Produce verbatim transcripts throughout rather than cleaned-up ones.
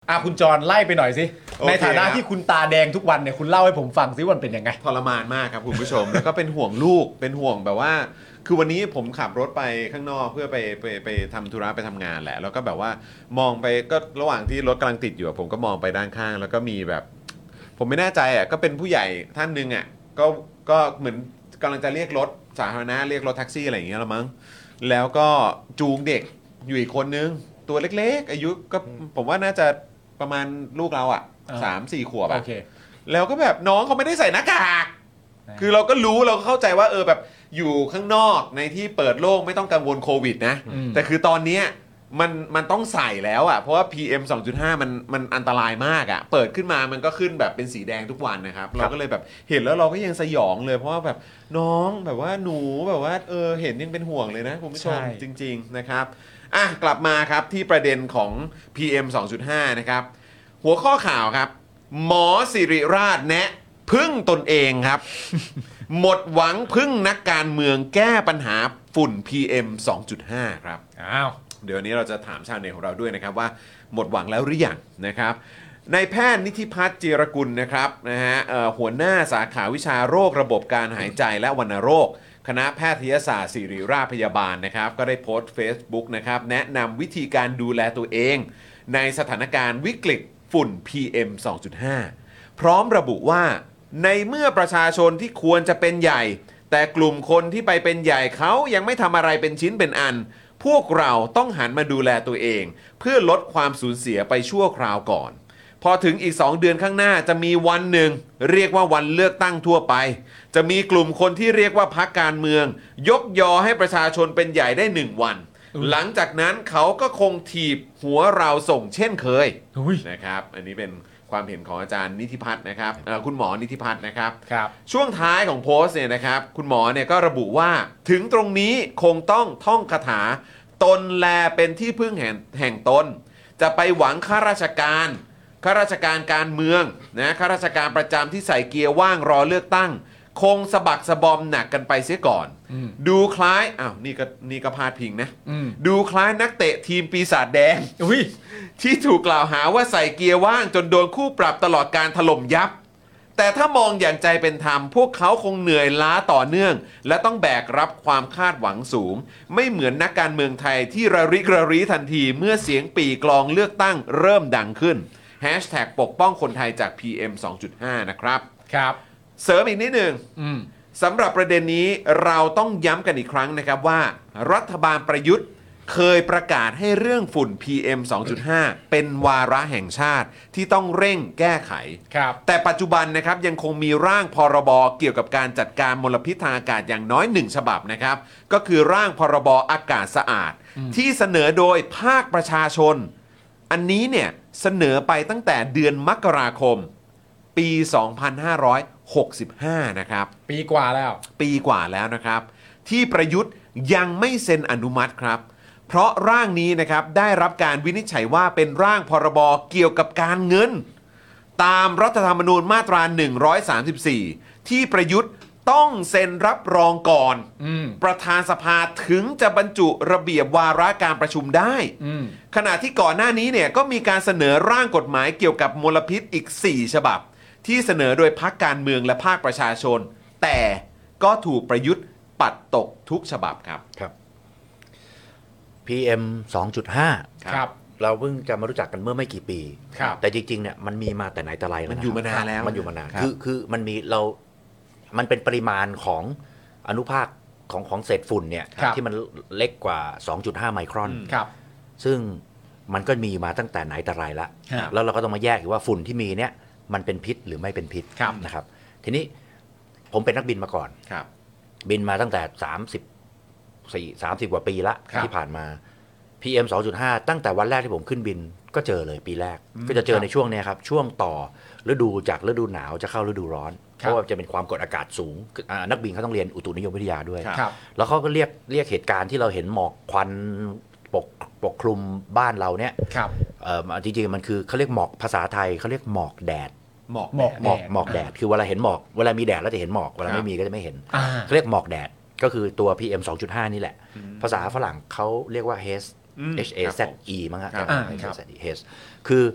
อ่ะคุณจรไล่ไปหน่อยสิในฐานะที่คุณตาแดงทุกวันเนี่ยคุณเล่าให้ผมฟังซิว่ามันเป็นยังไงทรมานมากครับคุณผู้ชม แล้วก็เป็นห่วงลูกเป็นห่วงแบบว่าคือวันนี้ผมขับรถไปข้างนอกเพื่อไปไปไปทำธุระไปทำงานแหละแล้วก็แบบว่ามองไปก็ระหว่างที่รถกำลังติดอยู่ผมก็มองไปด้านข้างแล้วก็มีแบบผมไม่แน่ใจอ่ะก็เป็นผู้ใหญ่ท่านนึงอ่ะก็ก็เหมือนกำลังจะเรียกรถสาธารณะเรียกรถแท็กซี่อะไรอย่างเงี้ยละมั้งแล้วก็จูงเด็กอยู่อีกคนนึงตัวเล็กๆอายุก็ผมว่าน่าจะประมาณลูกเราอ่ะสามสี่ขวบอ่ะแล้วก็แบบน้องเขาไม่ได้ใส่หน้ากากคือเราก็รู้เราก็เข้าใจว่าเออแบบอยู่ข้างนอกในที่เปิดโล่งไม่ต้องกังวลโควิดนะแต่คือตอนนี้มันมันต้องใส่แล้วอ่ะเพราะว่า พี เอ็ม สองจุดห้า มันมันอันตรายมากอ่ะเปิดขึ้นมามันก็ขึ้นแบบเป็นสีแดงทุกวันนะครับเราก็เลยแบบเห็นแล้วเราก็ยังสยองเลยเพราะว่าแบบน้องแบบว่าหนูแบบว่าเออเห็นยังเป็นห่วงเลยนะคุณผู้ชมจริงๆนะครับอ่ะกลับมาครับที่ประเด็นของ พี เอ็ม สองจุดห้า นะครับหัวข้อข่าวครับหมอสิริราชแนะพึ่งตนเองครับ หมดหวังพึ่งนักการเมืองแก้ปัญหาฝุ่น พี เอ็ม สองจุดห้า ครับอ้าวเดี๋ยวนี้เราจะถามชาวเน็ตของเราด้วยนะครับว่าหมดหวังแล้วหรือยังนะครับนายแพทย์นิธิพัฒน์จิรกุลนะครับนะฮะหัวหน้าสาขาวิชาโรคระบบการหายใจและวัณโรคคณะแพทยศาสตร์ศิริราชพยาบาลนะครับก็ได้โพสต์ Facebook นะครับแนะนำวิธีการดูแลตัวเองในสถานการณ์วิกฤตฝุ่น พี เอ็ม สองจุดห้า พร้อมระบุว่าในเมื่อประชาชนที่ควรจะเป็นใหญ่แต่กลุ่มคนที่ไปเป็นใหญ่เขายังไม่ทำอะไรเป็นชิ้นเป็นอันพวกเราต้องหันมาดูแลตัวเองเพื่อลดความสูญเสียไปชั่วคราวก่อนพอถึงอีกสองเดือนข้างหน้าจะมีวันหนึ่งเรียกว่าวันเลือกตั้งทั่วไปจะมีกลุ่มคนที่เรียกว่าพรรคการเมืองยกยอให้ประชาชนเป็นใหญ่ได้หนึ่งวันหลังจากนั้นเขาก็คงถีบหัวเราส่งเช่นเคยนะครับอันนี้เป็นความเห็นของอาจารย์นิธิพัฒน์นะครับคุณหมอนิธิพัฒน์นะครับช่วงท้ายของโพสต์เนี่ยนะครับคุณหมอเนี่ยก็ระบุว่าถึงตรงนี้คงต้องท่องคาถาตนแลเป็นที่พึ่งแห่งแห่งตนจะไปหวังข้าราชการข้าราชการการเมืองนะข้าราชการประจำที่ใส่เกียร์ว่างรอเลือกตั้งคงสะบักสะบอมหนักกันไปเสียก่อนดูคล้ายอ้าวนี่ก็นี่ก็พาดพิงนะดูคล้ายนักเตะทีมปีศาจแดงที่ถูกกล่าวหาว่าใส่เกียร์ว่างจนโดนคู่ปรับตลอดการถล่มยับแต่ถ้ามองอย่างใจเป็นธรรมพวกเขาคงเหนื่อยล้าต่อเนื่องและต้องแบกรับความคาดหวังสูงไม่เหมือนนักการเมืองไทยที่ระริกระรีทันทีเมื่อเสียงปี่กลองเลือกตั้งเริ่มดังขึ้นแฮชแท็กปกป้องคนไทยจาก พี เอ็ม สองจุดห้า นะครับครับเสริมอีกนิดหนึ่งสำหรับประเด็นนี้เราต้องย้ำกันอีกครั้งนะครับว่ารัฐบาลประยุทธ์เคยประกาศให้เรื่องฝุ่น พี เอ็ม สองจุดห้า เป็นวาระแห่งชาติที่ต้องเร่งแก้ไขแต่ปัจจุบันนะครับยังคงมีร่างพรบเกี่ยวกับการจัดการมลพิษทางอากาศอย่างน้อยหนึ่งฉบับนะครับก็คือร่างพรบอากาศสะอาดที่เสนอโดยภาคประชาชนอันนี้เนี่ยเสนอไปตั้งแต่เดือนมกราคมปีสองพันห้าร้อยหกสิบห้านะครับปีกว่าแล้วปีกว่าแล้วนะครับที่ประยุทธ์ยังไม่เซ็นอนุมัติครับเพราะร่างนี้นะครับได้รับการวินิจฉัยว่าเป็นร่างพรบเกี่ยวกับการเงินตามรัฐธรรมนูญมาตราหนึ่งร้อยสามสิบสี่ที่ประยุทธ์ต้องเซ็นรับรองก่อนประธานสภาถึงจะบรรจุระเบียบวาระการประชุมได้ขณะที่ก่อนหน้านี้เนี่ยก็มีการเสนอร่างกฎหมายเกี่ยวกับมลพิษอีกสี่ฉบับที่เสนอโดยพรรคการเมืองและภาคประชาชนแต่ก็ถูกประยุทธ์ปัดตกทุกฉบับครับครับ พี เอ็ม สองจุดห้าครับเราเพิ่งจะมารู้จักกันเมื่อไม่กี่ปีแต่จริงๆเนี่ยมันมีมาแต่ไหนแต่ไรแล้วมันอยู่มานานแล้วมันอยู่มานานคือคือมันมีเรามันเป็นปริมาณของอนุภาคของของเศษฝุ่นเนี่ยที่มันเล็กกว่า สองจุดห้า ไมครอนซึ่งมันก็มีมาตั้งแต่ไหนแต่ไรละแล้วเราก็ต้องมาแยกอีกว่าฝุ่นที่มีเนี่ยมันเป็นพิษหรือไม่เป็นพิษนะครับทีนี้ผมเป็นนักบินมาก่อนบินมาตั้งแต่สามสิบสี่ สามสิบกว่าปีละที่ผ่านมา พี เอ็ม สองจุดห้า ตั้งแต่วันแรกที่ผมขึ้นบินก็เจอเลยปีแรกก็จะเจอในช่วงนี้ครับช่วงต่อฤดูจากฤดูหนาวจะเข้าฤดูร้อนเพราะว่าจะเป็นความกดอากาศสูงนักบินเขาต้องเรียนอุตุนิยมวิทยาด้วยแล้วเขาก็เรียกเรียกเหตุการณ์ที่เราเห็นหมอกควันปกปกคลุมบ้านเราเนี่ยจริงๆมันคือเขาเรียกหมอกภาษาไทยเขาเรียกหมอกแดดหมอกหมอกหมอกหมอกแดดคือเวลาเห็นหมอกเวลามีแดดแล้วจะเห็นหมอกเวลาไม่มีก็จะไม่เห็นเขาเรียกหมอกแดดก็คือตัว พี เอ็ม สองจุดห้า นี่แหละภาษาฝรั่งเขาเรียกว่า H A Z E มั้งครับ H คือ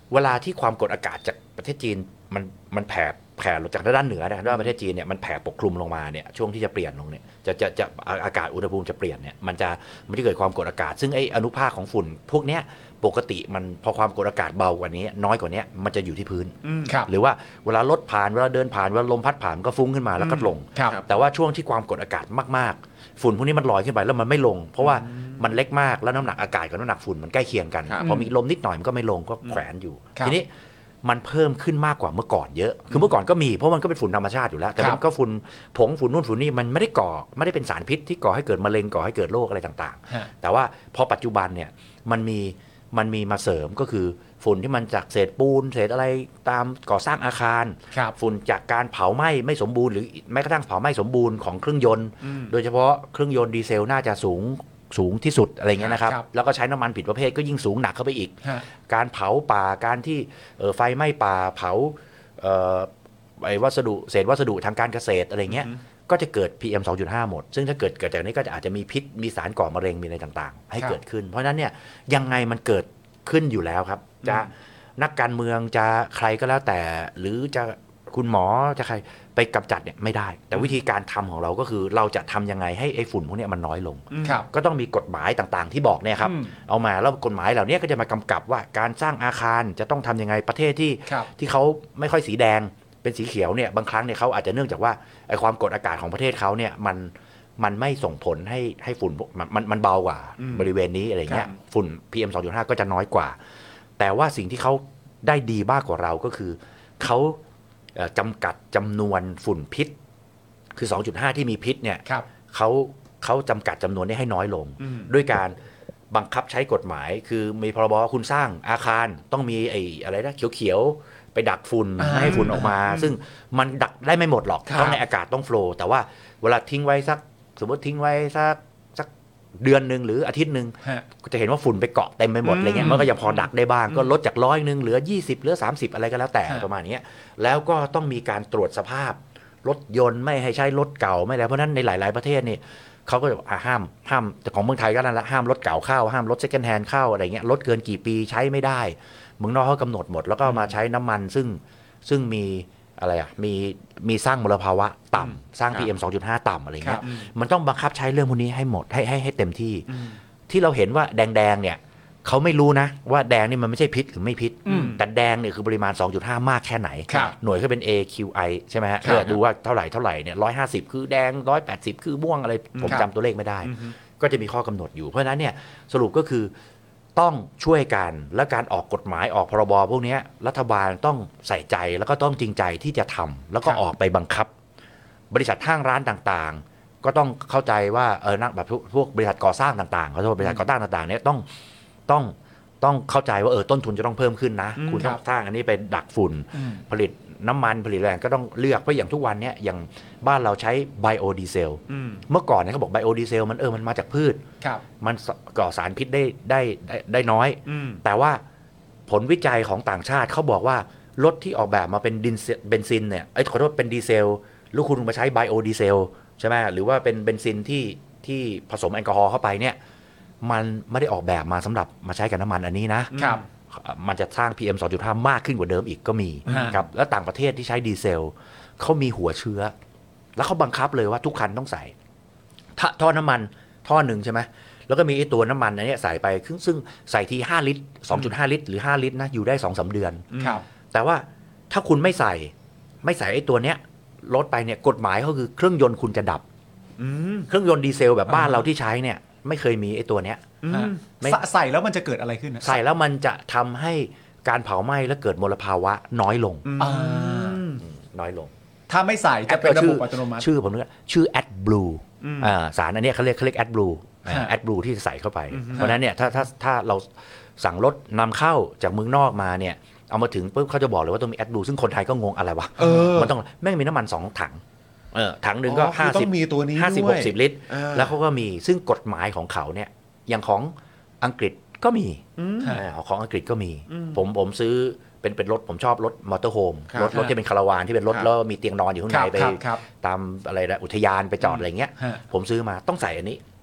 เวลาที่ความกดอากาศจากประเทศจีนมันมันแผ่แผ่จากด้านเหนือนะด้านประเทศจีนเนี่ยมันแผ่ปกคลุมลงมาเนี่ยช่วงที่จะเปลี่ยนลงเนี่ยจะจะจะอากาศอุณหภูมิจะเปลี่ยนเนี่ยมันจะมันจะเกิดความกดอากาศซึ่งไอ้อนุภาคของฝุ่นพวกเนี้ยปกติมันพอความกดอากาศเบากว่านี้น้อยกว่านี้มันจะอยู่ที่พื้นหรือว่าเวลารถผ่านเวลาเดินผ่านเวลาลมพัดผ่านก็ฟุ้งขึ้นมาแล้วก็ลงแต่ว่าช่วงที่ความกดอากาศมากๆฝุ่นพวกนี้มันลอยขึ้นไปแล้วมันไม่ลงเพราะว่ามันเล็กมากแล้วน้ำหนักอากาศกับน้ำหนักฝุ่นมันใกล้เคียงกันพอมีลมนิดหน่อยมันก็ไม่ลงก็แขวนอยู่ทีนี้มันเพิ่มขึ้นมากกว่าเมื่อก่อนเยอะคือเมื่อก่อนก็มีเพราะมันก็เป็นฝุ่นธรรมชาติอยู่แล้วแต่มันก็ฝุ่นผงฝุ่นนู่นฝุ่นนี่มันไม่ได้ก่อไม่ได้เป็นสารพิษที่ก่อให้เกิดมะเร็งก่อให้เกิดโรคอะไรต่างๆแต่ว่าพอปัจจุบันเนี่ยมันมีมันมีมาเสริมก็คือฝุ่นที่มันจากเศษปูนเศษอะไรตามก่อสร้างอาคารฝุ่นจากการเผาไหม้ไม่สมบูรณ์หรือแม้กระทั่งเผาไหม้สมบูรณ์ของเครื่องยนต์โดยเฉพาะเครื่องยนต์ดีเซลน่าจะสูงสูงที่สุดอะไรเงี้ยนะครับแล้วก็ใช้น้ำมันผิดประเภทก็ยิ่งสูงหนักเข้าไปอีกการเผาป่าการที่ไฟไหม้ป่าเผาไอ้วัสดุเศษวัสดุทางการเกษตรอะไรเงี้ยก็จะเกิด พี เอ็ม สองจุดห้า หมดซึ่งถ้าเกิดเกิดจากนี้ก็จะอาจจะมีพิษมีสารก่อมะเร็งมีอะไรต่างๆให้เกิดขึ้นเพราะฉะนั้นเนี่ยยังไงมันเกิดขึ้นอยู่แล้วครับจะนักการเมืองจะใครก็แล้วแต่หรือจะคุณหมอจะใครไปกำจัดเนี่ยไม่ได้แต่วิธีการทำของเราก็คือเราจะทำยังไงให้ไอ้ฝุ่นพวกนี้มันน้อยลงก็ต้องมีกฎหมายต่างๆที่บอกเนี่ยครับเอามาแล้วกฎหมายเหล่านี้ก็จะมากำกับว่าการสร้างอาคารจะต้องทำยังไงประเทศที่ที่เขาไม่ค่อยสีแดงเป็นสีเขียวเนี่ยบางครั้งเนี่ยเขาอาจจะเนื่องจากว่าไอ้ความกดอากาศของประเทศเขาเนี่ยมันมันไม่ส่งผลให้ให้ฝุ่นมันมันมันเบากว่าบริเวณนี้อะไรเงี้ยฝุ่น พี เอ็ม สองจุดห้า ก็จะน้อยกว่าแต่ว่าสิ่งที่เขาได้ดีมากกว่าเราก็คือเขาจำกัดจำนวนฝุ่นพิษคือ สองจุดห้า ที่มีพิษเนี่ยเขาเขาจำกัดจำนวนนี้ให้น้อยลงด้วยการบังคับใช้กฎหมายคือมีพรบคุณสร้างอาคารต้องมีไอ้อะไรนะเขียวๆไปดักฝุ่นไม่ให้ฝุ่นออกมาซึ่งมันดักได้ไม่หมดหรอกต้องในอากาศต้องโฟลว์แต่ว่าเวลาทิ้งไว้สักสมมติทิ้งไว้สักเดือนหนึ่งหรืออาทิตย์หนึ่งก็จะเห็นว่าฝุ่นไปเกาะเต็มไปหมดอะไรเงี้ยมันก็ยังพอดักได้บ้างก็ลดจากร้อยหนึ่งเหลือยี่สิบเหลือสามสิบอะไรก็แล้วแต่ประมาณนี้แล้วก็ต้องมีการตรวจสภาพรถยนต์ไม่ให้ใช้รถเก่าไม่แล้วเพราะนั้นในหลายๆประเทศนี่เขาก็จะห้ามห้ามแต่ของเมืองไทยก็นั่นแหละห้ามรถเก่าเข้าห้ามรถเซ็กแอนด์แฮนด์เข้าอะไรเงี้ยรถเกินกี่ปีใช้ไม่ได้เมืองนอกเขากำหนดหมดแล้วก็มาใช้น้ำมันซึ่งซึ่งมีอะไรอ่ะมีมีสร้างมลภาวะต่ำสร้าง พี เอ็ม สองจุดห้า ต่ำอะไรเงี้ยมันต้องบังคับใช้เรื่องพวกนี้ให้หมดให้ให้ให้เต็มที่ที่เราเห็นว่าแดงๆเนี่ยเขาไม่รู้นะว่าแดงนี่มันไม่ใช่พิษหรือไม่พิษแต่แดงเนี่ยคือปริมาณ สองจุดห้า มากแค่ไหนหน่วยก็เป็น เอ คิว ไอ ใช่ไหมฮะดูว่าเท่าไหร่เท่าไหร่เนี่ยหนึ่งร้อยห้าสิบคือแดงหนึ่งร้อยแปดสิบคือม่วงอะไรผมจำตัวเลขไม่ได้ก็จะมีข้อกำหนดอยู่เพราะฉะนั้นเนี่ยสรุปก็คือต้องช่วยกันและการออกกฎหมายออกพรบพวกนี้รัฐบาลต้องใส่ใจแล้วก็ต้องจริงใจที่จะทำแล้วก็ออกไปบังคับบริษัทห้างร้านต่างๆก็ต้องเข้าใจว่าเออนักแบบพวกบริษัทก่อสร้างต่างๆเขาจะบริษัทก่อสร้างต่างๆเนี่ยต้องต้องต้องเข้าใจว่าเออต้นทุนจะต้องเพิ่มขึ้นนะคุณต้องสร้างอันนี้ไปดักฝุ่นผลิตน้ำมันผลิตแรงก็ต้องเลือกเพราะอย่างทุกวันนี้อย่างบ้านเราใช้ไบโอดีเซลเมื่อก่อนเนี่ยเขาบอกไบโอดีเซลมันเออมันมาจากพืชมันก่อสารพิษได้ได้ได้น้อยแต่ว่าผลวิจัยของต่างชาติเขาบอกว่ารถที่ออกแบบมาเป็นดินเบนซินเนี่ยไอ้ขอโทษเป็นดีเซลหรือคุณมาใช้ไบโอดีเซลใช่ไหมหรือว่าเป็นเบนซินที่ที่ผสมแอลกอฮอล์เข้าไปเนี่ยมันไม่ได้ออกแบบมาสำหรับมาใช้กับน้ำมันอันนี้นะครับมันจะสร้าง พี เอ็ม สองจุดห้า มากขึ้นกว่าเดิมอีกก็มีครับแล้วต่างประเทศที่ใช้ดีเซลเขามีหัวเชื้อแล้วเขาบังคับเลยว่าทุกคันต้องใส่ท่อน้ำมันท่อหนึ่งใช่ไหมแล้วก็มีไอ้ตัวน้ำมันอันนี้ใส่ไปซึ่งใส่ทีห้าลิตร สองจุดห้า ลิตรหรือห้าลิตรนะอยู่ได้ สองถึงสาม เดือนแต่ว่าถ้าคุณไม่ใส่ไม่ใส่ไอ้ตัวเนี้ยลดไปเนี่ยกฎหมายก็คือเครื่องยนต์คุณจะดับเครื่องยนต์ดีเซลแบบบ้านเราที่ใช้เนี่ยไม่เคยมีไอ้ตัวเนี้ยใส่แล้วมันจะเกิดอะไรขึ้นนะใส่แล้วมันจะทำให้การเผาไหม้และเกิดมลภาวะน้อยลงน้อยลงถ้าไม่ใส่จะเป็นระบบอัตโนมัติชื่อผมเรียกชื่อ AdBlue สารอันนี้เขาเรียกเขาเรียก AdBlue AdBlue ที่ใส่เข้าไปเพราะนั้นเนี่ยถ้าถ้าถ้าเราสั่งรถนำเข้าจากเมืองนอกมาเนี่ยเอามาถึงปุ๊บเขาจะบอกเลยว่าต้องมี AdBlue ซึ่งคนไทยก็งงอะไรวะมันต้องแม่งมีน้ำมันสองถังเออถังหนึ่งก็ห้าสิบ ห้าสิบ หกสิบลิตรแล้วเขาก็มีซึ่งกฎหมายของเขาเนี่ยอย่างของอังกฤษก็มีของอังกฤษก็มีผมผมซื้อเป็นเป็นรถผมชอบรถมอเตอร์โฮมรถรถที่เป็นคาราวานที่เป็นรถแล้วมีเตียงนอนอยู่ข้างในไปตามอะไรนะอุทยานไปจอดอะไรเงี้ยผมซื้อมาต้องใส่อันนี้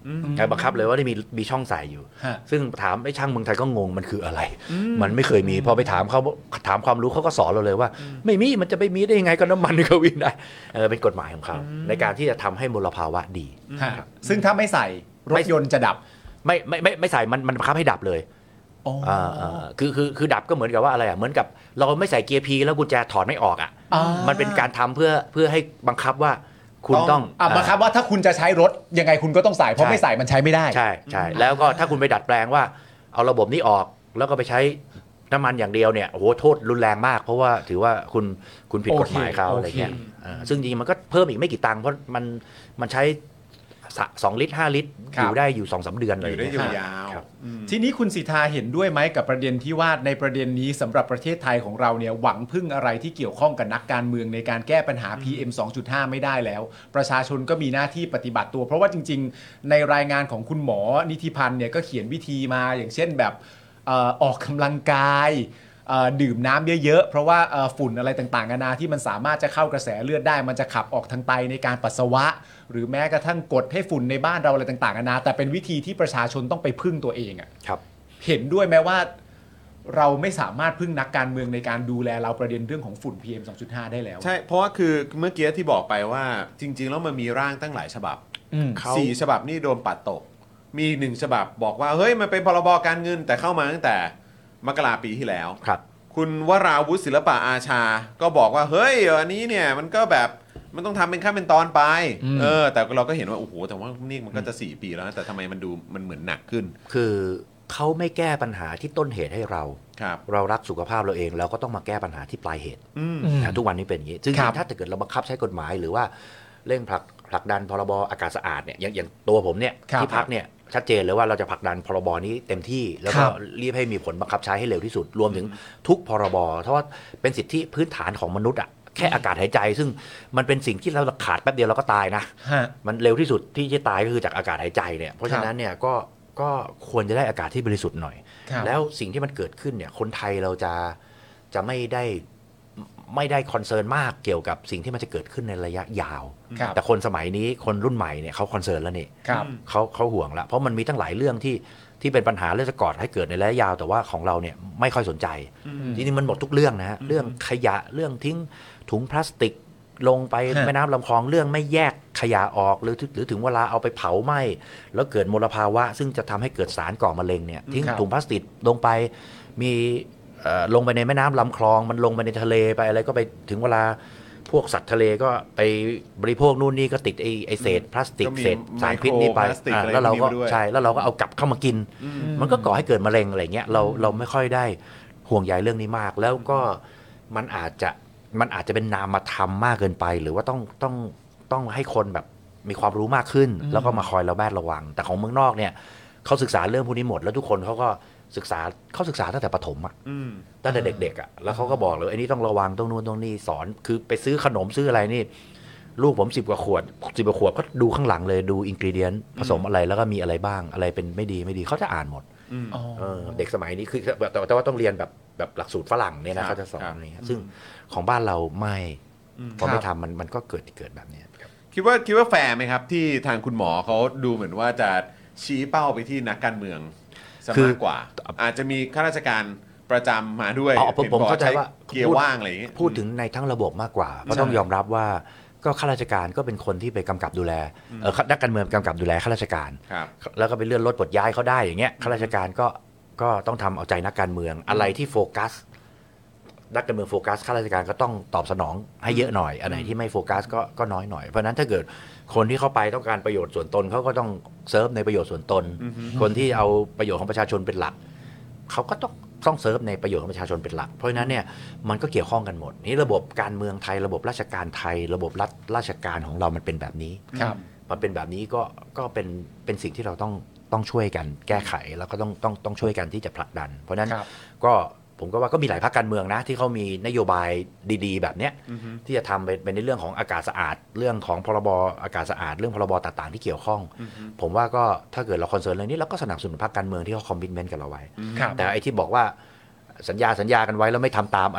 บังคับเลยว่าได้มีมีช่องใส่อยู่ซึ่งถามไอ้ช่างเมืองไทยก็งงมันคืออะไรมันไม่เคยมีพอไปถามเขาถามความรู้เขาก็สอนเราเลยว่าไม่มีมันจะไปมีได้ยังไงก็น้ำมันก็วิ่งได้เออเป็นกฎหมายของเขาในการที่จะทำให้มลภาวะดีซึ่งถ้าไม่ใส่รถยนต์จะดับไม่ไม่ไม่ไม่ใส่มันมันบังคับให้ดับเลยอ่าคือคือคือดับก็เหมือนกับว่าอะไรอ่ะเหมือนกับเราไม่ใส่เกียร์พีแล้วกุญแจถอดไม่ออกอ่ะมันเป็นการทำเพื่อเพื่อให้บังคับว่าคุณต้องอ่าบังคับว่าถ้าคุณจะใช้รถยังไงคุณก็ต้องใส่เพราะไม่ใส่มันใช้ไม่ได้ใช่ใช่แล้วก็ถ้าคุณไปดัดแปลงว่าเอาระบบนี้ออกแล้วก็ไปใช้น้ำมันอย่างเดียวเนี่ยโอ้โหโทษรุนแรงมากเพราะว่าถือว่าคุณคุณผิดกฎหมายเขาอะไรเงี้ยซึ่งจริงๆมันก็เพิ่มอีกไม่กี่ตังค์เพราะมันมันใช้สองลิตรห้าลิตรอยู่ได้อยู่ สองถึงสาม เดือนเลยอยู่ได้ยาวๆทีนี้คุณสิทธาเห็นด้วยไหมกับประเด็นที่ว่าในประเด็นนี้สำหรับประเทศไทยของเราเนี่ยหวังพึ่งอะไรที่เกี่ยวข้องกับนักการเมืองในการแก้ปัญหา พี เอ็ม สองจุดห้า ไม่ได้แล้วประชาชนก็มีหน้าที่ปฏิบัติตัวเพราะว่าจริงๆในรายงานของคุณหมอนิติพันธ์เนี่ยก็เขียนวิธีมาอย่างเช่นแบบเอ่อออกกำลังกายดื่มน้ำเยอะๆเพราะว่าฝุ่นอะไรต่างๆนานาที่มันสามารถจะเข้ากระแสเลือดได้มันจะขับออกทางไตในการปัสสาวะหรือแม้กระทั่งกดให้ฝุ่นในบ้านเราอะไรต่างๆนานาแต่เป็นวิธีที่ประชาชนต้องไปพึ่งตัวเองอ่ะครับเห็นด้วยไหมว่าเราไม่สามารถพึ่งนักการเมืองในการดูแลเราประเด็นเรื่องของฝุ่น พี เอ็ม สองจุดห้า ได้แล้วใช่เพราะว่าคือเมื่อกี้ที่บอกไปว่าจริงๆแล้วมันมีร่างตั้งหลายฉบับสี่ฉบับนี่โดนปัดตกมีหนึ่งฉบับบอกว่าเฮ้ยมันเป็นพรบการเงินแต่เข้ามาตั้งแต่มกราปีที่แล้วครับคุณวราวุฒิศิลปะอาชาก็บอกว่าเฮ้ยอันนี้เนี่ยมันก็แบบมันต้องทำเป็นขั้นเป็นตอนไปเออแต่เราก็เห็นว่าโอ้โหแต่ว่านี่มันก็จะสี่ปีแล้วแต่ทำไมมันดูมันเหมือนหนักขึ้นคือเขาไม่แก้ปัญหาที่ต้นเหตุให้เราครับเรารักสุขภาพเราเองเราก็ต้องมาแก้ปัญหาที่ปลายเหตุทุกวันนี้เป็นอย่างนี้ซึ่งถ้าเกิดเราบังคับใช้กฎหมายหรือว่าเร่งผลักผลักดันพรบอากาศสะอาดเนี่ยอย่างอย่างตัวผมเนี่ยที่พักเนี่ยชัดเจนเลยว่าเราจะผลักดันพรบนี้เต็มที่แล้วก็รีบให้มีผลบังคับใช้ให้เร็วที่สุดรวมถึงทุกพรบเพราะว่าเป็นสิทธิพื้นฐานของมนุษย์อ่ะแค่อากาศหายใจซึ่งมันเป็นสิ่งที่เราขาดแป๊บเดียวเราก็ตายนะมันเร็วที่สุดที่จะตายก็คือจากอากาศหายใจเนี่ยเพราะฉะนั้นเนี่ยก็ก็ควรจะได้อากาศที่บริสุทธิ์หน่อยแล้วสิ่งที่มันเกิดขึ้นเนี่ยคนไทยเราจะจะไม่ได้ไม่ได้คอนเซิร์นมากเกี่ยวกับสิ่งที่มันจะเกิดขึ้นในระยะยาวแต่คนสมัยนี้คนรุ่นใหม่เนี่ยเขาคอนเซิร์นแล้วนี่เขาเขาห่วงแล้วเพราะมันมีตั้งหลายเรื่องที่ที่เป็นปัญหาเรื่องจะก่อให้เกิดในระยะยาวแต่ว่าของเราเนี่ยไม่ค่อยสนใจจริงๆมันหมดทุกเรื่องนะฮะเรื่องขยะเรื่องทิ้งถุงพลาสติกลงไปแม่น้ำลำคลองเรื่องไม่แยกขยะออกหรือหรือถึงเวลาเอาไปเผาไหม้แล้วเกิดมลภาวะซึ่งจะทำให้เกิดสารก่อมะเร็งเนี่ยทิ้งถุงพลาสติกลงไปมีลงไปในแม่น้ำลำคลองมันลงไปในทะเลไปอะไรก็ไปถึงเวลาพวกสัตว์ทะเลก็ไปบริโภคนู่นนี่ก็ติดไอ้ไอ้เศษพลาสติกเศษสารพิษนี่ไปแล้วเราก็ใช่แล้วเราก็เอากลับเข้ามากินมันก็ก่อให้เกิดมะเร็งอะไรเงี้ยเราเราไม่ค่อยได้ห่วงใยเรื่องนี้มากแล้วก็มันอาจจะมันอาจจะเป็นนามธรรมมากเกินไปหรือว่าต้องต้องต้องให้คนแบบมีความรู้มากขึ้นแล้วก็มาคอยระแวดระวังแต่ของเมืองนอกเนี่ยเขาศึกษาเรื่องพวกนี้หมดแล้วทุกคนเขาก็ศึกษาเขาศึกษาตั้งแต่ประถมอ่ะตั้งแต่เด็กๆอ่ะแล้วเขาก็บอกเลยไอ้นี่ต้องระวังตรงนู้นตรงนี้สอนคือไปซื้อขนมซื้ออะไรนี่ลูกผมสิบกว่าขวดสิบกว่าขวดก็ดูข้างหลังเลยดูอินกรีเดียนผสมอะไรแล้วก็มีอะไรบ้างอะไรเป็นไม่ดีไม่ดีเขาจะอ่านหมดเด็กสมัยนี้คือแต่ว่าต้องเรียนแบบแบบหลักสูตรฝรั่งเนี่ยนะเขาจะสอนนี่ซึ่งของบ้านเราไม่พอไม่ทำมันมันก็เกิดเกิดแบบนี้คิดว่าคิดว่าแฟร์ไหมครับที่ทางคุณหมอเขาดูเหมือนว่าจะชี้เป้าไปที่นักการเมืองซะมากกว่าอาจจะมีข้าราชการประจำมาด้วยผมเข้าใจว่าเกียร์ว่างอะไรอย่างเงี้ยพูดถึงในทั้งระบบมากกว่าเพราะต้องยอมรับว่าก็ข้าราชการก็เป็นคนที่ไปกำกับดูแลนักการเมืองกำกับดูแลข้าราชการแล้วก็ไปเลื่อนลดปลดย้ายเขาได้อย่างเงี้ยข้าราชการก็ก็ต้องทำเอาใจนักการเมืองอะไรที่โฟกัสนักการเมืองโฟกัสข้าราชการก็ต้องตอบสนองให้เยอะหน่อยอันไหนที่ไม่โฟกัสก็ก็น้อยหน่อยเพราะนั้นถ้าเกิดคนที่เข้าไปต้องการประโยชน์ส่วนตนเขาก็ต้องเซิร์ฟในประโยชน์ส่วนตนคนที่เอาประโยชน์ของประชาชนเป็นหลักเขาก็ต้องต้องเซิร์ฟในประโยชน์ของประชาชนเป็นหลักเพราะฉะนั้นเนี่ยมันก็เกี่ยวข้องกันหมดนี่ระบบการเมืองไทยระบบราชการไทยระบบรัฐราชการของเรามันเป็นแบบนี้มันเป็นแบบนี้ก็ก็เป็นเป็นสิ่งที่เราต้องต้องช่วยกันแก้ไขแล้วก็ต้องต้องต้องช่วยกันที่จะผลักดันเพราะฉะนั้นก็ผมก็ว่าก็มีหลายพรรคการเมืองนะที่เขามีนโยบายดีๆแบบเนี้ยที่จะทำเป็นในเรื่องของอากาศสะอาดเรื่องของพรบอากาศสะอาดเรื่องพรบต่างๆที่เกี่ยวข้องผมว่าก็ถ้าเกิดเราคอนเซิร์นเรื่องนี้เราก็สนับสนุนพรรคการเมืองที่เขาคอมมิตเมนต์กับเราไว้แต่ไอ้ที่บอกว่าสัญญาสัญญากันไว้แล้วไม่ทำตามอันนั้น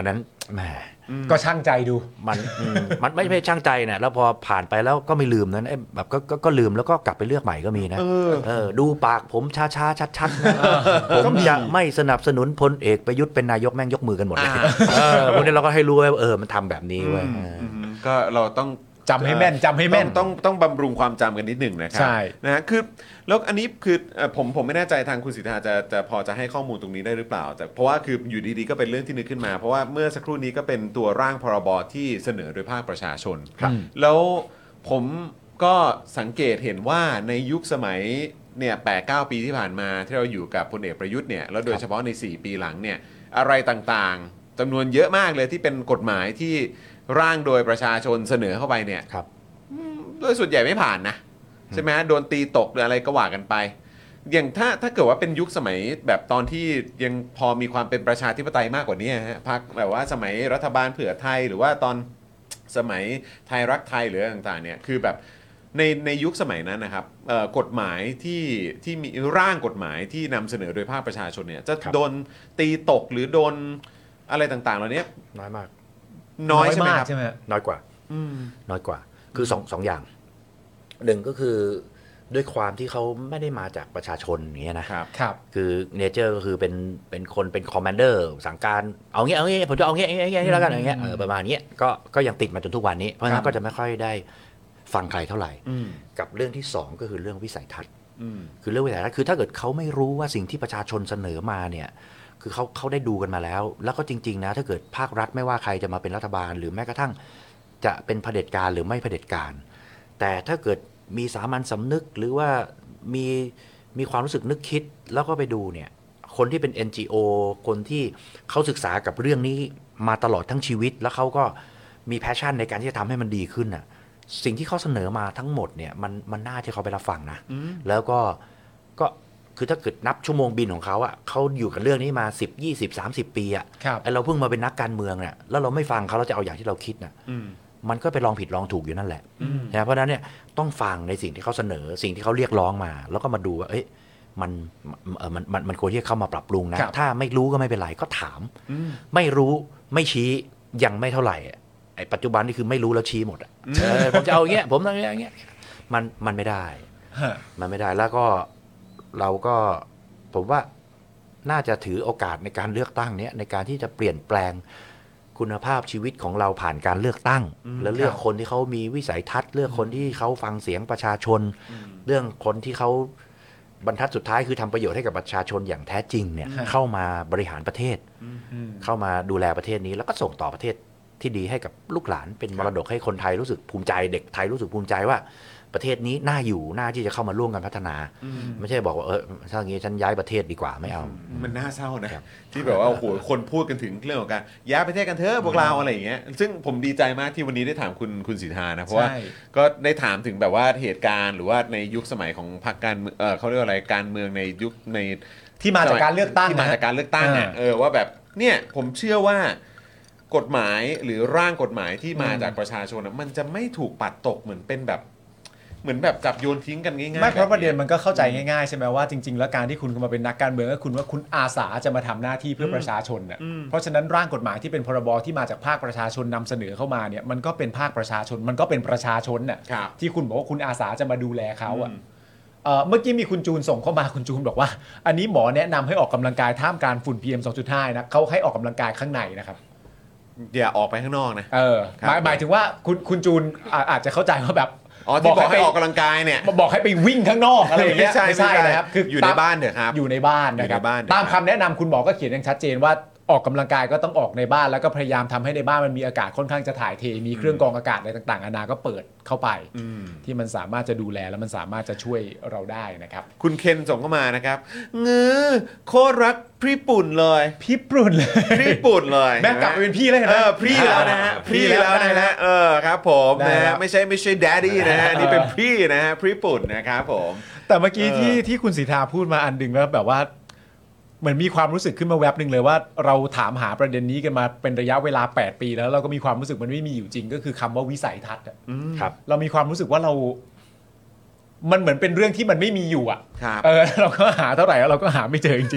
แหมก็ช่างใจดูมันมันไม่ใช่ช่างใจเนี่ยแล้วพอผ่านไปแล้วก็ไม่ลืมนั้นแบบก็ก็ลืมแล้วก็กลับไปเลือกใหม่ก็มีนะเออดูปากผมช้าช้าชัดชัดผมจะไม่สนับสนุนพลเอกประยุทธ์เป็นนายกแม่งยกมือกันหมดเลยพวกนี้เราก็ให้รู้ว่าเออมันทำแบบนี้เว้ยก็เราต้องจำให้แม่นจำให้แม่นต้องต้องบำรุงความจำกันนิดหนึ่งนะครับใช่นะฮะคือแล้วอันนี้คือผมผมไม่แน่ใจทางคุณสิทธาจะจะพอจะให้ข้อมูลตรงนี้ได้หรือเปล่าแต่เพราะว่าคืออยู่ดีๆก็เป็นเรื่องที่นึกขึ้นมาเพราะว่าเมื่อสักครู่นี้ก็เป็นตัวร่างพรบที่เสนอโดยภาคประชาชนแล้วผมก็สังเกตเห็นว่าในยุคสมัยเนี่ยแปดเก้าปีที่ผ่านมาที่เราอยู่กับพลเอกประยุทธ์เนี่ยแล้วโดยเฉพาะในสี่ปีหลังเนี่ยอะไรต่างๆจำนวนเยอะมากเลยที่เป็นกฎหมายที่ร่างโดยประชาชนเสนอเข้าไปเนี่ยโดยส่วนใหญ่ไม่ผ่านนะใช่ไหมโดนตีตกหรืออะไรก็ว่ากันไปอย่างถ้าถ้าเกิดว่าเป็นยุคสมัยแบบตอนที่ยังพอมีความเป็นประชาธิปไตยมากกว่านี้ฮะพรรคแบบว่าสมัยรัฐบาลเผื่อไทยหรือว่าตอนสมัยไทยรักไทยหรือต่างๆเนี่ยคือแบบในในยุคสมัยนั้นนะครับกฎหมายที่ที่มีร่างกฎหมายที่นำเสนอโดยภาคประชาชนเนี่ยจะโดนตีตกหรือโดนอะไรต่างๆเหล่านี้น้อยมากน้อยใช่ไหมครับน้อยกว่าน้อยกว่าคือสองสองอย่างหนึ่งก็คือด้วยความที่เขาไม่ได้มาจากประชาชนอย่างเงี้ยนะครับครับคือเนเจอร์ก็คือเป็นเป็นคนเป็นคอมมานเดอร์สั่งการเอาเงี้ยเอาเงี้ยผมจะเอาเงี้ยอย่างเงี้ยแล้วกันอย่างเงี้ยประมาณนี้ก็ก็ยังติดมาจนทุกวันนี้เพราะฉะนั้นก็จะไม่ค่อยได้ฟังใครเท่าไหร่กับเรื่องที่สองก็คือเรื่องวิสัยทัศน์คือเรื่องวิสัยทัศน์คือถ้าเกิดเขาไม่รู้ว่าสิ่งที่ประชาชนเสนอมาเนี่ยคือเขาเขาได้ดูกันมาแล้วแล้วก็จริงๆนะถ้าเกิดภาครัฐไม่ว่าใครจะมาเป็นรัฐบาลหรือแม้กระทั่งจะเป็นเผด็จการหรือไม่เผด็จการแต่ถ้าเกิดมีสามัญสำนึกหรือว่ามีมีความรู้สึกนึกคิดแล้วก็ไปดูเนี่ยคนที่เป็น เอ็น จี โอ คนที่เขาศึกษากับเรื่องนี้มาตลอดทั้งชีวิตแล้วเขาก็มีแพชชั่นในการที่จะทำให้มันดีขึ้นน่ะสิ่งที่เขาเสนอมาทั้งหมดเนี่ยมันมันน่าที่เขาไปรับฟังนะแล้วก็ก็คือถ้าเกิดนับชั่วโมงบินของเขาอ่ะเขาอยู่กับเรื่องนี้มาสิบ ยี่สิบ สามสิบปีอ่ะไอเราเพิ่งมาเป็นนักการเมืองเนี่ยแล้วเราไม่ฟังเขาเราจะเอาอย่างที่เราคิดน่ะมันก็ไปลองผิดลองถูกอยู่นั่นแหละนะเพราะฉะนั้นเนี่ยต้องฟังในสิ่งที่เขาเสนอสิ่งที่เขาเรียกร้องมาแล้วก็มาดูว่าเอ้ยมันเออมันมันมันควรที่จะเข้ามาปรับปรุงนะถ้าไม่รู้ก็ไม่เป็นไรก็ถามไม่รู้ไม่ชี้ยังไม่เท่าไหร่ไอ้ปัจจุบันนี่คือไม่รู้แล้วชี้หมดอ่ะผมจะเอาอย่างเงี้ยผมทำอย่างเงี้ยมันมันไม่ได้มันไม่ได้แล้วก็เราก็ผมว่าน่าจะถือโอกาสในการเลือกตั้งเนี้ยในการที่จะเปลี่ยนแปลงคุณภาพชีวิตของเราผ่านการเลือกตั้งและเลือกคนที่เขามีวิสัยทัศน์เลือกคนที่เขาฟังเสียงประชาชนเรื่องคนที่เขาบรรทัดสุดท้ายคือทำประโยชน์ให้กับประชาชนอย่างแท้จริงเนี่ยเข้ามาบริหารประเทศเข้ามาดูแลประเทศนี้แล้วก็ส่งต่อประเทศที่ดีให้กับลูกหลานเป็นมรดกให้คนไทยรู้สึกภูมิใจเด็กไทยรู้สึกภูมิใจว่าประเทศนี้น่าอยู่น่าที่จะเข้ามาร่วมกันพัฒนาไม่ใช่บอกว่าเออถ้าอย่างนี้ฉันย้ายประเทศดีกว่าไม่เอามันน่าเศร้านะที่แบบว่าโอ้โหคนพูดกันถึงเรื่องของการย้ายประเทศกันเถอะพวกเราอะไรอย่างเงี้ยซึ่งผมดีใจมากที่วันนี้ได้ถามคุณคุณสิทธานะเพราะว่าก็ได้ถามถึงแบบว่าเหตุการณ์หรือว่าในยุคสมัยของพรรคการเออเขาเรียกว่าอะไรการเมืองในยุคในที่มาจากการเลือกตั้งที่มาจากการเลือกตั้งอ่ะเออว่าแบบเนี่ยผมเชื่อว่ากฎหมายหรือร่างกฎหมายที่มาจากประชาชนมันจะไม่ถูกปัดตกเหมือนเป็นแบบเหมือนแบบจับโยนทิ้งกันง่ายๆไม่เพราะประเด็นมันก็เข้าใจง่ายๆใช่ไหมว่าจริงๆแล้วการที่คุณมาเป็นนักการเมืองก็คุณว่าคุณอาสาจะมาทำหน้าที่เพื่อประชาชนน่ะเพราะฉะนั้นร่างกฎหมายที่เป็นพรบที่มาจากภาคประชาชนนำเสนอเข้ามาเนี่ยมันก็เป็นภาคประชาชนมันก็เป็นประชาชนน่ะที่คุณบอกว่าคุณอาสาจะมาดูแลเขาอ่ะเมื่อกี้มีคุณจูนส่งเข้ามาคุณจูนบอกว่าอันนี้หมอแนะนำให้ออกกำลังกายท่ามกลางฝุ่น พี เอ็ม สองจุดห้า นะเขาให้ออกกำลังกายข้างในนะครับอย่าออกไปข้างนอกนะเออหมายหมายถึงว่าคุณคุณจูนอาจจะเข้าใจว่าแบบอ๋อที่บอกให้ออกกำลังกายเนี่ยบอกให้ไปวิ่งข้างนอกอะไรอย่างเงี้ยไม่ใช่นะครับคืออยู่ในบ้านเถอะครับอยู่ในบ้านนะครับตามคำแนะนำคุณหมอก็เขียนอย่างชัดเจนว่าออกกำลังกายก็ต้องออกในบ้านแล้วก็พยายามทำให้ในบ้านมันมีอากาศค่อนข้างจะถ่ายเทมีเครื่องกรองอากาศอะไรต่างๆนานาก็เปิดเข้าไปที่มันสามารถจะดูแลแล้วมันสามารถจะช่วยเราได้นะครับคุณเคนส่งเข้ามานะครับงือโคตรรักพี่ปุ่นเลยพี่ปุ่นเลยพี่ปุ่นเลยแม่กลับไปเป็นพี่เลยนะเออพี่แล้วนะฮะพี่แล้วนะฮะเออครับผมนะฮะไม่ใช่ไม่ใช่ daddy นะฮะนี่เป็นพี่นะฮะพี่ปุ่นนะครับผมแต่เมื่อกี้ที่ที่คุณสิทธาพูดมาอันดึงแล้วแบบว่าเหมือนมีความรู้สึกขึ้นมาแวบนึงเลยว่าเราถามหาประเด็นนี้กันมาเป็นระยะเวลาแปดปีแล้วเราก็มีความรู้สึกมันไม่มีอยู่จริงก็คือคำว่าวิสัยทัศน์ครับเรามีความรู้สึกว่าเรามันเหมือนเป็นเรื่องที่มันไม่มีอยู่อ่ะเออเราก็หาเท่าไหร่แล้วเราก็หาไม่เจอจริง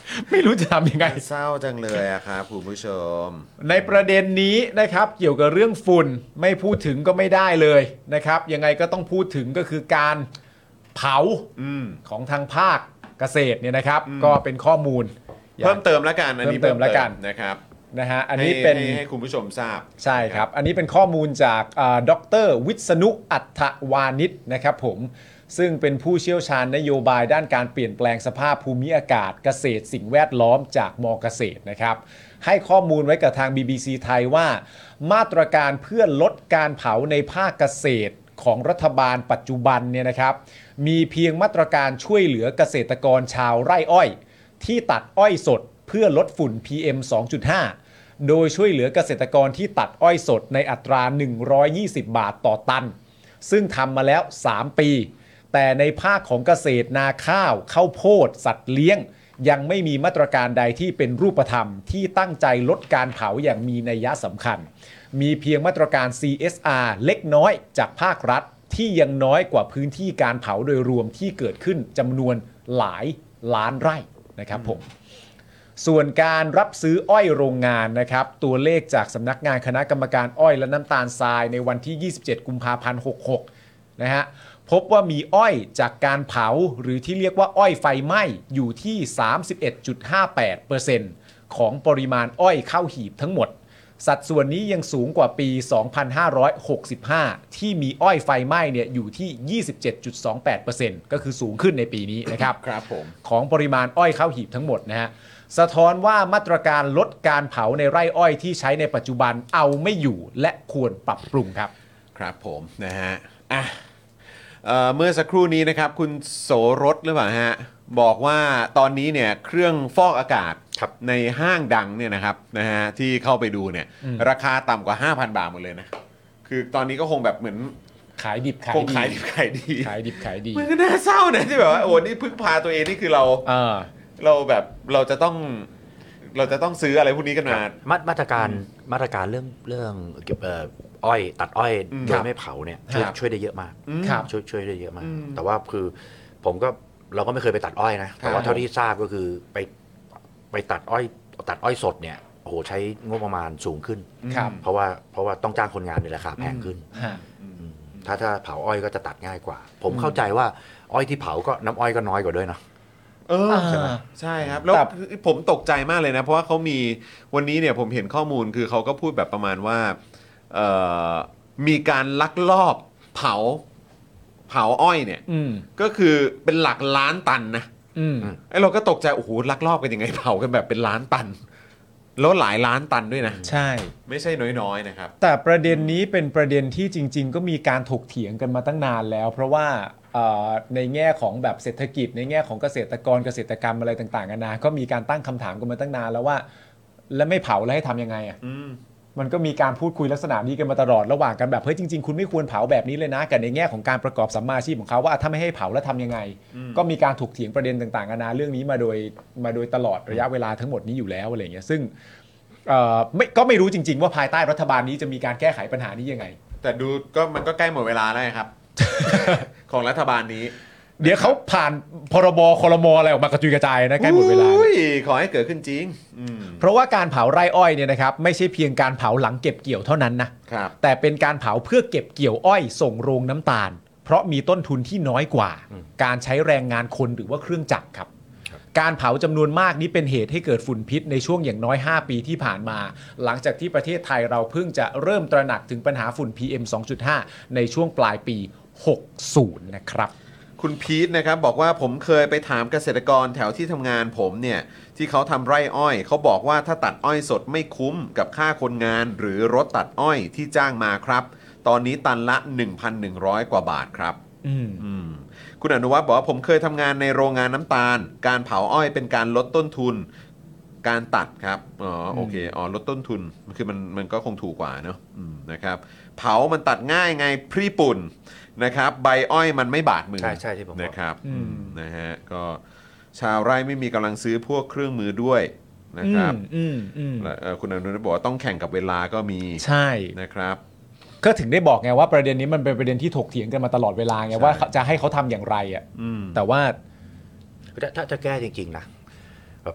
ไม่รู้จะทำยังไงเศร้าจังเลยอะครับคุณผู้ชมในประเด็นนี้นะครับเกี่ยวกับเรื่องฝุ่นไม่พูดถึงก็ไม่ได้เลยนะครับยังไงก็ต้องพูดถึงก็คือการเผาอืมของทางภาคเกษตรเนี่ยนะครับก็เป็นข้อมูลเพิ่มเติมแล้วกันอันนี้เพิ่มเติมแล้วกันนะครับนะฮะอันนี้เป็นให้ให้ให้คุณผู้ชมทราบใช่ครับอันนี้เป็นข้อมูลจากดร.วิษณุอัฏฐวานิชนะครับผมซึ่งเป็นผู้เชี่ยวชาญนโยบายด้านการเปลี่ยนแปลงสภาพภูมิอากาศเกษตรสิ่งแวดล้อมจากมเกษตรนะครับให้ข้อมูลไว้กับทาง บี บี ซี ไทยว่ามาตรการเพื่อลดการเผาในภาคเกษตรของรัฐบาลปัจจุบันเนี่ยนะครับมีเพียงมาตรการช่วยเหลือเกษตรกรชาวไร่อ้อยที่ตัดอ้อยสดเพื่อลดฝุ่น พี เอ็ม สองจุดห้า โดยช่วยเหลือเกษตรกรที่ตัดอ้อยสดในอัตราหนึ่งร้อยยี่สิบบาทต่อตันซึ่งทำมาแล้วสามปีแต่ในภาคของเกษตรนาข้าวข้าวโพดสัตว์เลี้ยงยังไม่มีมาตรการใดที่เป็นรูปธรรมที่ตั้งใจลดการเผาอย่างมีนัยยะสำคัญมีเพียงมาตรการ ซี เอส อาร์ เล็กน้อยจากภาครัฐที่ยังน้อยกว่าพื้นที่การเผาโดยรวมที่เกิดขึ้นจำนวนหลายล้านไร่นะครับผมส่วนการรับซื้ออ้อยโรงงานนะครับตัวเลขจากสำนักงานคณะกรรมการอ้อยและน้ำตาลทรายในวันที่ยี่สิบเจ็ดกุมภาพันธ์หกสิบหกนะฮะพบว่ามีอ้อยจากการเผาหรือที่เรียกว่าอ้อยไฟไหม้อยู่ที่ สามสิบเอ็ดจุดห้าแปดเปอร์เซ็นต์ ของปริมาณอ้อยเข้าหีบทั้งหมดสัดส่วนนี้ยังสูงกว่าปี สองพันห้าร้อยหกสิบห้า ที่มีอ้อยไฟไหม้เนี่ยอยู่ที่ ยี่สิบเจ็ดจุดสองแปดเปอร์เซ็นต์ ก็คือสูงขึ้นในปีนี้นะครับครับผมของปริมาณอ้อยเข้าหีบทั้งหมดนะฮะสะท้อนว่ามาตรการลดการเผาในไร่อ้อยที่ใช้ในปัจจุบันเอาไม่อยู่และควรปรับปรุงครับครับผมนะฮะอ่ะเอ่อเมื่อสักครู่นี้นะครับคุณโสรสหรือเปล่าฮะบอกว่าตอนนี้เนี่ยเครื่องฟอกอากาศครับในห้างดังเนี่ยนะครับนะฮะที่เข้าไปดูเนี่ยราคาต่ำกว่า ห้าพัน บาทหมดเลยนะคือตอนนี้ก็คงแบบเหมือนขายดิบขายคงดีขายดิบขายดีขายดิบขายดีมันก็น่าเศร้านะที่แบบว่าโอ้นี่พึ่งพาตัวเองนี่คือเราเออเราแบบเราจะต้องเราจะต้องซื้ออะไรพวกนี้กันมามามาตรการมาตรการเรื่องเรื่องเกี่ยวกับอ้อยตัดอ้อยโดยไม่เผาเนี่ยช่วยครับช่วยได้เยอะมากครับช่วยช่วยได้เยอะมากอืมแต่ว่าคือผมก็เราก็ไม่เคยไปตัดอ้อยนะแต่ว่าเท่าที่ทราบก็คือไปไปตัดอ้อยตัดอ้อยสดเนี่ยโอ้โหใช้งบประมาณสูงขึ้นครับเพราะว่าเพราะว่าต้องจ้างคนงานในราคาแพงขึ้นฮะถ้าถ้าเผาอ้อยก็จะตัดง่ายกว่า ผมเข้าใจว่าอ้อยที่เผาก็น้ำอ้อยก็น้อยกว่าด้วยเนาะเออใช่ไหมใช่ครับแล้วแต่ผมตกใจมากเลยนะเพราะว่าเขามีวันนี้เนี่ยผมเห็นข้อมูลคือเขาก็พูดแบบประมาณว่าเอ่อมีการลักลอบเผาเผาอ้อยเนี่ยอืมก็คือเป็นหลักล้านตันนะอืมไอ้เราก็ตกใจโอ้โหลักลอบกันยังไงเผากันแบบเป็นล้านตัน แล้วหลายล้านตันด้วยนะใช่ไม่ใช่น้อยๆนะครับแต่ประเด็นนี้เป็นประเด็นที่จริง ๆ ก็มีการถกเถียงกันมาตั้งนานแล้ว เพราะว่าเอ่อในแง่ของแบบเศรษฐกิจ ในแง่ของเกษตรกรเกษตรกรรมอะไรต่างๆกันานาก็มีการตั้งคำถามกันมาตั้งนานแล้วว่า แล้วไม่เผาแล้วให้ทำยังไงอ่ะอืมมันก็มีการพูดคุยลักษณะนี้กันมาตลอดระหว่างกันแบบเฮ้ยจริงๆคุณไม่ควรเผาแบบนี้เลยนะกับในแง่ของการประกอบสัมมาอาชีพของเขาว่าถ้าไม่ให้เผาแล้วทำยังไง ก็มีการถกเถียงประเด็นต่างๆกันานาเรื่องนี้มาโดยมาโดยตลอดระยะเวลาทั้งหมดนี้อยู่แล้วอะไรอย่างเงี้ยซึ่งเอ่อไม่ก็ไม่รู้จริง ๆ ว่าภายใต้รัฐบาลนี้จะมีการแก้ไขปัญหานี้ยังไงแต่ดูก็มันก็ใกล้หมดเวลาแล้วครับ ของรัฐบาลนี้เดี๋ยวเขาผ่านพรบคลมอะไรออกมากระจุยกระจายนะใกล้หมดเวลาอุ้ยขอให้เกิดขึ้นจริงอืมเพราะว่าการเผาไร่อ้อยเนี่ยนะครับไม่ใช่เพียงการเผาหลังเก็บเกี่ยวเท่านั้นนะครับ แต่เป็นการเผาเพื่อเก็บเกี่ยวอ้อยส่งโรงน้ำตาล เพราะมีต้นทุนที่น้อยกว่า การใช้แรงงานคนหรือว่าเครื่องจักรครับ การเผาจำนวนมากนี้เป็นเหตุให้เกิดฝุ่นพิษในช่วงอย่างน้อยห้าปีที่ผ่านมา หลังจากที่ประเทศไทยเราเพิ่งจะเริ่มตระหนักถึงปัญหาฝุ่น พี เอ็ม สองจุดห้า ในช่วงปลายปีหกสิบนะครับคุณพีทนะครับบอกว่าผมเคยไปถามเกษตรกรแถวที่ทำงานผมเนี่ยที่เขาทำไร่อ้อยเขาบอกว่าถ้าตัดอ้อยสดไม่คุ้มกับค่าคนงานหรือรถตัดอ้อยที่จ้างมาครับ ตอนนี้ตันละ หนึ่งพันหนึ่งร้อย กว่าบาทครับอืมอืมคุณอนุวัฒน์บอกว่าผมเคยทำงานในโรงงานน้ำตาล การเผาอ้อยเป็นการลดต้นทุน การตัดครับอ๋อโอเคอ๋อลดต้นทุนคือมันมันก็คงถูกกว่าเนอะอืมนะครับเผามันตัดง่ายไงพรีปุ่นนะครับใบอ้อยมันไม่บาดมือใช่ใช่ที่ผมบอกนะครับอืมนะฮะก็ชาวไร่ไม่มีกำลังซื้อพวกเครื่องมือด้วยนะครับอืมอืมและเอ่อคุณอนุวัฒน์บอกว่าต้องแข่งกับเวลาก็มีใช่นะครับก็ถึงได้บอกไงว่าประเด็นนี้มันเป็นประเด็นที่ถกเถียงกันมาตลอดเวลาไงใช่ว่าจะให้เขาทำอย่างไรอ่ะอืมแต่ว่าถ้าถ้าจะแก้จริงๆนะแบบ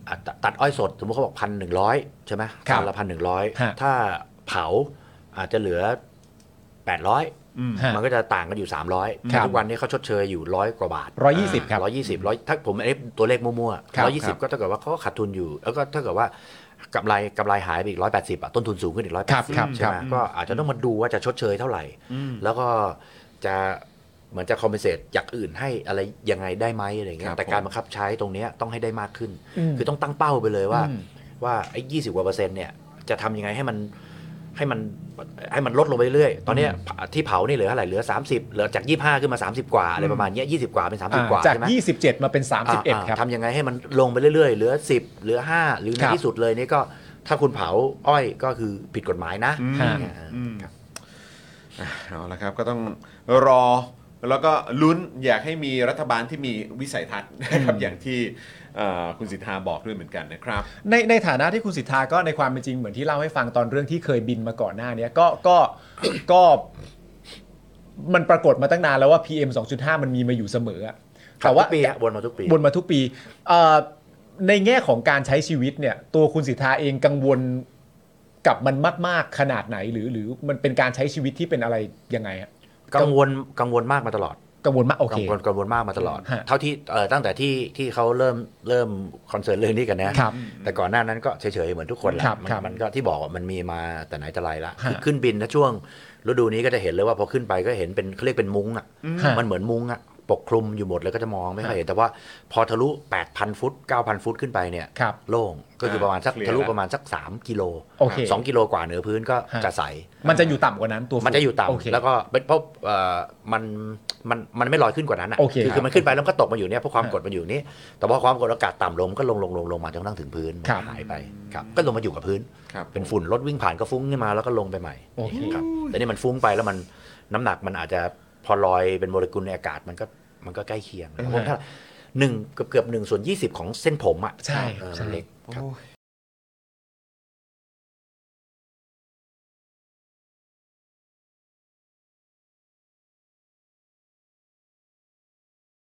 ตัดอ้อยสดสมมติเขาบอกพันหนึ่งร้อยใช่ไหมครับตันละพันหนึ่งร้อยฮะถ้าเผาอาจจะเหลือแปดร้อยฮะมันก็จะต่างกันอยู่สามร้อยครับทุกวันนี้เขาชดเชยอยู่ร้อยกว่าบาทร้อยยี่สิบครับร้อยยี่สิบร้อยถ้าผมเอฟตัวเลขมั่วครับๆร้อยยี่สิบก็เท่ากับว่าเขาก็ขาดทุนอยู่ แล้วก็เท่ากับว่ากำไรกำไรหายไปอีกร้อยแปดสิบต้นทุนสูงขึ้นอีกร้อยแปครัดบสิบครับใช่ไหมครับก็อาจจะต้องมาดูว่าจะชดเชยเท่าไหร่ แล้วก็จะเหมือนจะคอมเพนเซตจากอื่นให้อะไรยังไงได้ไหมอะไรอย่างเงี้ครัยบแต่การบังคับใช้ตรงเนี้ยต้องให้ได้มากขึ้นอืมคือต้องตั้งเป้าไปเลยว่าอืมว่าไอ้ยี่สิบกว่าเปอร์เซ็นต์เนี่ยจะทำยังไงให้มันให้มันให้มันลดลงไปเรื่อยๆตอนเนี้ยที่เผานี่เหลือเท่าไหร่เหลือสามสิบเหลือจากยี่สิบห้าขึ้นมาสามสิบกว่าอะไรประมาณเนี้ยยี่สิบกว่าเป็นสามสิบกว่าจากใช่ไหมยี่สิบเจ็ดมาเป็นสามสิบเอ็ดอ่าครับทำยังไงให้มันลงไปเรื่อยๆเหลือสิบเหลือห้าหรือในครับที่สุดเลยนี่ก็ถ้าคุณเผาอ้อยก็คือผิดกฎหมายนะอืมฮะอ่าอืมครับเอาละครับก็ต้องรอแล้วก็ลุ้นอยากให้มีรัฐบาลที่มีวิสัยทัศน์นะครับอย่างที่เอ่อคุณสิทธาบอกด้วยเหมือนกันนะครับในในฐานะที่คุณสิทธาก็ในความเป็นจริงเหมือนที่เล่าให้ฟังตอนเรื่องที่เคยบินมาก่อนหน้าเนี้ยก็ก็ก็มันปรากฏมาตั้งนานแล้วว่า พี เอ็ม สองจุดห้า มันมีมาอยู่เสมออะแต่ว่าทุกปีอะวนมาทุกปีบนมาทุกปีเอ่อในแง่ของการใช้ชีวิตเนี่ยตัวคุณสิทธาเองกังวลกับมันมากๆขนาดไหนหรือ หรือมันเป็นการใช้ชีวิตที่เป็นอะไรยังไงฮะกังวลกังวลมากมาตลอดกังวลมากโอกัเคงวลกังวลมากมาตลอดฮะเท่าที่เอ่อตั้งแต่ที่ที่เขาเริ่มเริ่มคอนเซิร์นเรื่องนี้กันนะครับ แต่ก่อนหน้านั้นก็เฉยๆเหมือนทุกคนแหละครับมันครับมันก็ที่บอกว่ามันมีมาแต่ไหนแต่ไรละฮะคือขึ้นบินนะช่วงฤดูนี้ก็จะเห็นเลยว่าพอขึ้นไปก็เห็นเป็นเขาเรียกเป็นมุ้งอ่ะฮะมันเหมือนมุ้งอ่ะปกคลุมอยู่หมดเลยก็จะมองไม่ค่อยเห็นแต่ว่าพอทะลุ แปดพัน ฟุต เก้าพัน ฟุตขึ้นไปเนี่ยครับโล่งก็คือประมาณสักเคลียร์ทะลุแล้วประมาณสักสามกิโลโอเคสองกิโลกว่าเหนือพื้นก็ฮะจะใสมันจะอยู่ต่ำกว่านั้นตัวมันจะอยู่โอเคต่ำแล้วก็เป็นเพราะเอ่อมันมันมันไม่ลอยขึ้นกว่านั้นอ่ะโอเคคือครัคืบอมันขึ้นไปแล้วมันก็ตกมาอยู่เนี่ยเพราะความฮะกดมันอยู่นี่แต่พอความกดอากาศต่ำลงก็ลงลงลงลงมาจนกระทั่งถึงพื้นครับหายไปครับก็ลงมาอยู่กับพื้นครับเป็นฝุ่นรถวิ่งผ่านก็ฟุ้งขึ้นมาแล้วก็ลงไปใหม่โอเคครับแต่นี่มันฟุ้งไปแล้วมันน้ำหนักมันอาจจะพอลอยเป็นโมเลกุลในอากาศมันก็มันก็ใกล้เคียงอืมผมถ้าหนึ่งเกือบเกือบหนึ่งส่วนยี่สิบของเส้นผมอ่ะใช่เออใช่มันเล็กครับโอ้ย